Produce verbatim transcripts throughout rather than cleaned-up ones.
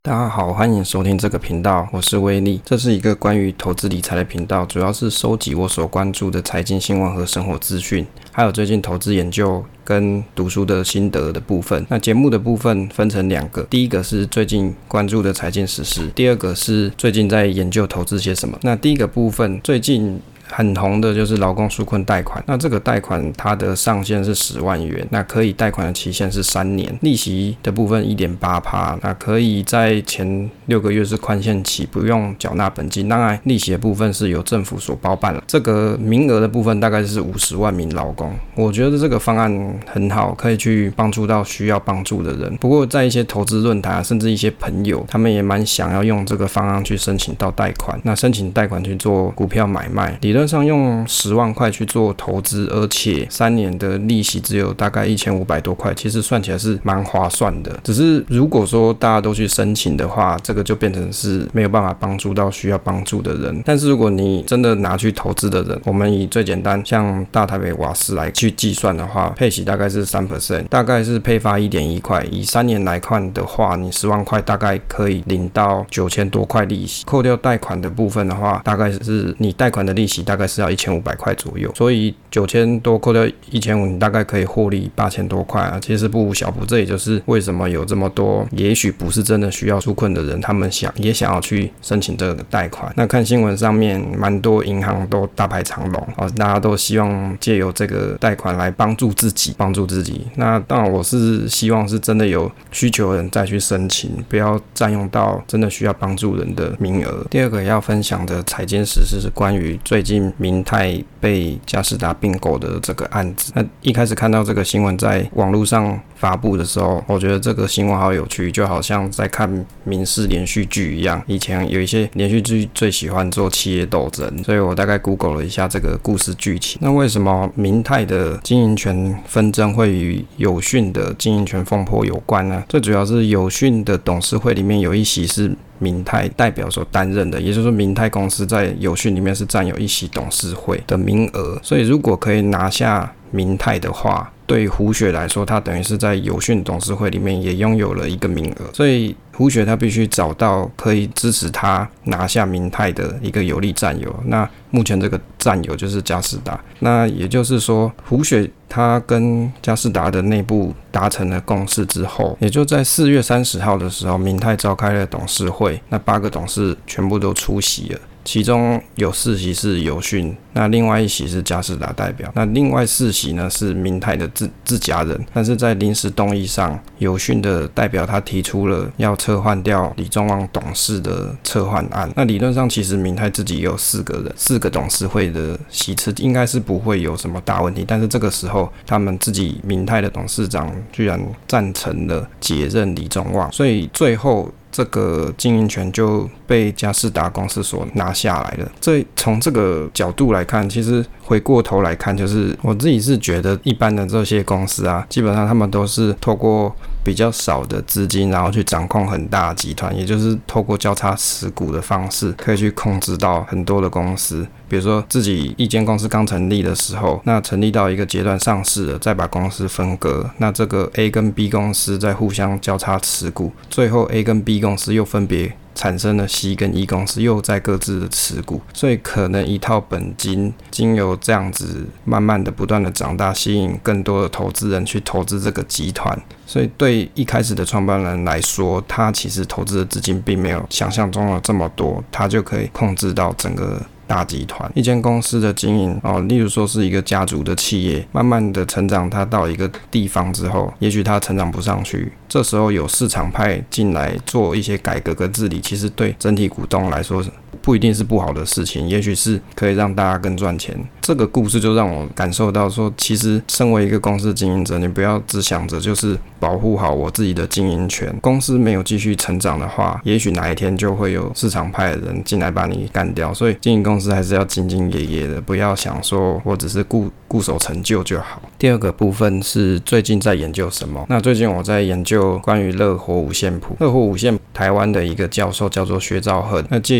大家好，欢迎收听这个频道，我是威利。这是一个关于投资理财的频道，主要是收集我所关注的财经新闻和生活资讯，还有最近投资研究跟读书的心得的部分。那节目的部分分成两个，第一个是最近关注的财经时事，第二个是最近在研究投资些什么。那第一个部分，最近很红的就是劳工纾困贷款，那这个贷款它的上限是十万元，那可以贷款的期限是三年，利息的部分 百分之一点八， 那可以在前六个月是宽限期，不用缴纳本金，当然利息的部分是由政府所包办了。这个名额的部分大概是五十万名劳工，我觉得这个方案很好，可以去帮助到需要帮助的人。不过在一些投资论坛甚至一些朋友，他们也蛮想要用这个方案去申请到贷款，那申请贷款去做股票买卖，理论上用十万块去做投资，而且三年的利息只有大概一千五百多块，其实算起来是蛮划算的。只是如果说大家都去申请的话，这个就变成是没有办法帮助到需要帮助的人。但是如果你真的拿去投资的人，我们以最简单像大台北瓦斯来去计算的话，配息大概是 百分之三， 大概是配发 一点一块，以三年来看的话，你十万块大概可以领到九千多块利息，扣掉贷款的部分的话，大概是你贷款的利息大概是要一千五百块左右，所以九千多扣掉一千五百，你大概可以获利八千多块啊，其实不无小补。这也就是为什么有这么多也许不是真的需要纾困的人，他们想也想要去申请这个贷款。那看新闻上面蛮多银行都大排长龙、哦、大家都希望借由这个贷款来帮助自己帮助自己。那当然我是希望是真的有需求的人再去申请，不要占用到真的需要帮助人的名额。第二个要分享的财经时事是关于最近明泰被佳士达并购的这个案子。那一开始看到这个新闻在网络上发布的时候，我觉得这个新闻好有趣，就好像在看民视连续剧一样。以前有一些连续剧最喜欢做企业斗争，所以我大概 Google 了一下这个故事剧情。那为什么明泰的经营权纷争会与友讯的经营权风波有关呢？最主要是友讯的董事会里面有一席是明泰代表所担任的，也就是说明泰公司在友讯里面是占有一席董事会的名额，所以如果可以拿下明泰的话，对胡雪来说，他等于是在友讯董事会里面也拥有了一个名额，所以胡雪他必须找到可以支持他拿下明泰的一个有力战友。那目前这个战友就是佳士达，那也就是说胡雪他跟佳士达的内部达成了共识之后，也就在四月三十号的时候，明泰召开了董事会，那八个董事全部都出席了，其中有四席是友讯，那另外一席是佳士达代表，那另外四席呢是明泰的 自, 自家人。但是在临时动议上，友讯的代表他提出了要撤换掉李宗旺董事的撤换案。那理论上其实明泰自己也有四个人，四个董事会的席次应该是不会有什么大问题，但是这个时候他们自己明泰的董事长居然赞成了解任李宗旺，所以最后这个经营权就被佳士达公司所拿下来了。这从这个角度来看，其实回过头来看，就是我自己是觉得一般的这些公司啊，基本上他们都是透过比较少的资金，然后去掌控很大的集团，也就是透过交叉持股的方式，可以去控制到很多的公司。比如说自己一间公司刚成立的时候，那成立到一个阶段上市了，再把公司分割，那这个 A 跟 B 公司再互相交叉持股，最后 A 跟 B 公司又分别产生了 C 跟 E 公司，又在各自的持股，所以可能一套本金经由这样子慢慢的不断的长大，吸引更多的投资人去投资这个集团。所以对一开始的创办人来说，他其实投资的资金并没有想象中的这么多，他就可以控制到整个大集团。一间公司的经营、哦、例如说是一个家族的企业，慢慢的成长，它到一个地方之后，也许它成长不上去，这时候有市场派进来做一些改革跟治理，其实对整体股东来说不一定是不好的事情，也许是可以让大家更赚钱。这个故事就让我感受到说，其实身为一个公司经营者，你不要只想着就是保护好我自己的经营权，公司没有继续成长的话，也许哪一天就会有市场派的人进来把你干掉。所以经营公司还是要兢兢业业的，不要想说我只是固固守成就就好。第二个部分是最近在研究什么？那最近我在研究关于乐活五线谱。乐活五线谱台湾的一个教授叫做薛兆恒，那借由这样子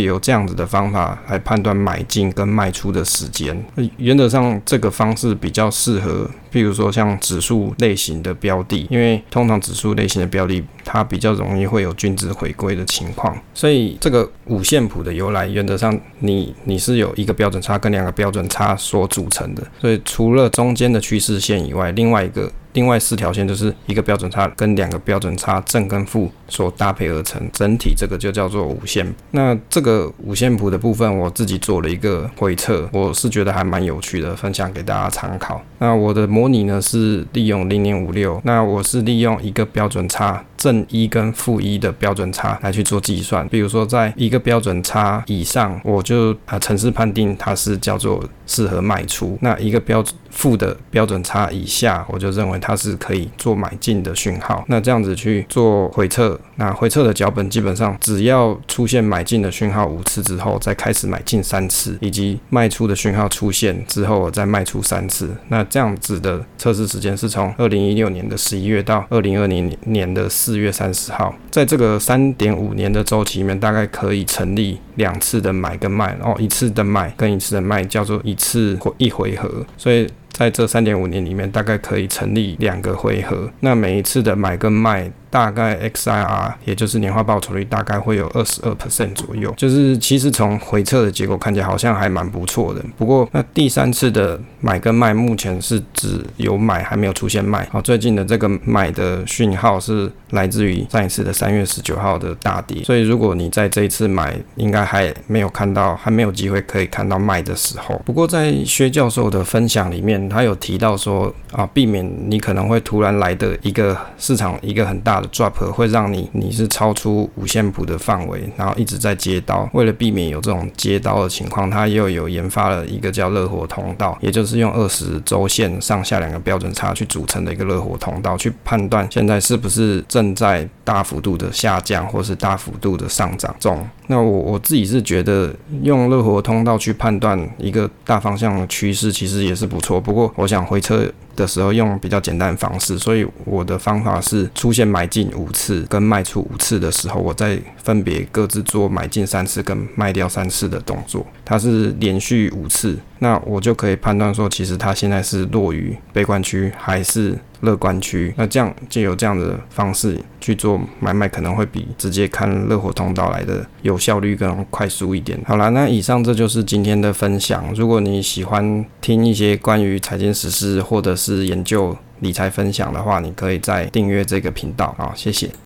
子的方法来判断买进跟卖出的时间。原则上这个方式比较适合譬如说像指数类型的标的，因为通常指数类型的标的它比较容易会有均值回归的情况，所以这个五线谱的由来原则上你你是有一个标准差跟两个标准差所组成的，所以除了中间的趋势线以外，另外一个另外四条线就是一个标准差跟两个标准差正跟负所搭配而成，整体这个就叫做五线谱。那这个五线谱的部分我自己做了一个回测，我是觉得还蛮有趣的，分享给大家参考。那我的模拟呢是利用 零点五六， 那我是利用一个标准差正一跟负一的标准差来去做计算，比如说在一个标准差以上，我就啊程式判定它是叫做适合卖出，那一个标负的标准差以下，我就认为它是可以做买进的讯号。那这样子去做回测，那回测的脚本基本上只要出现买进的讯号五次之后，再开始买进三次，以及卖出的讯号出现之后，我再卖出三次。那这样子的测试时间是从二零一六年的十一月到二零二零年的四月三十号，在这个 三点五年的周期里面，大概可以成立两次的买跟卖，然后一次的买跟一次的卖叫做一次一回合，所以在这 三点五年里面大概可以成立两个回合，那每一次的买跟卖大概 X I R 也就是年化报酬率大概会有 百分之二十二 左右，就是其实从回测的结果看起来好像还蛮不错的。不过那第三次的买跟卖目前是只有买还没有出现卖，好，最近的这个买的讯号是来自于上一次的三月十九号的大跌，所以如果你在这一次买应该还没有看到还没有机会可以看到卖的时候。不过在薛教授的分享里面他有提到说啊，避免你可能会突然来的一个市场一个很大的 drop 会让你你是超出五线谱的范围，然后一直在接刀。为了避免有这种接刀的情况，他又有研发了一个叫热火通道，也就是用二十周线上下两个标准差去组成的一个热火通道，去判断现在是不是正在大幅度的下降或是大幅度的上涨中。那我我自己是觉得用热火通道去判断一个大方向的趋势其实也是不错，不过我想回测的时候用比较简单的方式，所以我的方法是出现买进五次跟卖出五次的时候，我再分别各自做买进三次跟卖掉三次的动作，它是连续五次，那我就可以判断说其实它现在是落于悲观区还是乐观区，那这样就有这样的方式去做买卖，可能会比直接看热火通道来的有效率更快速一点。好啦，那以上这就是今天的分享。如果你喜欢听一些关于财经时事或者是研究理财分享的话，你可以再订阅这个频道。好，谢谢。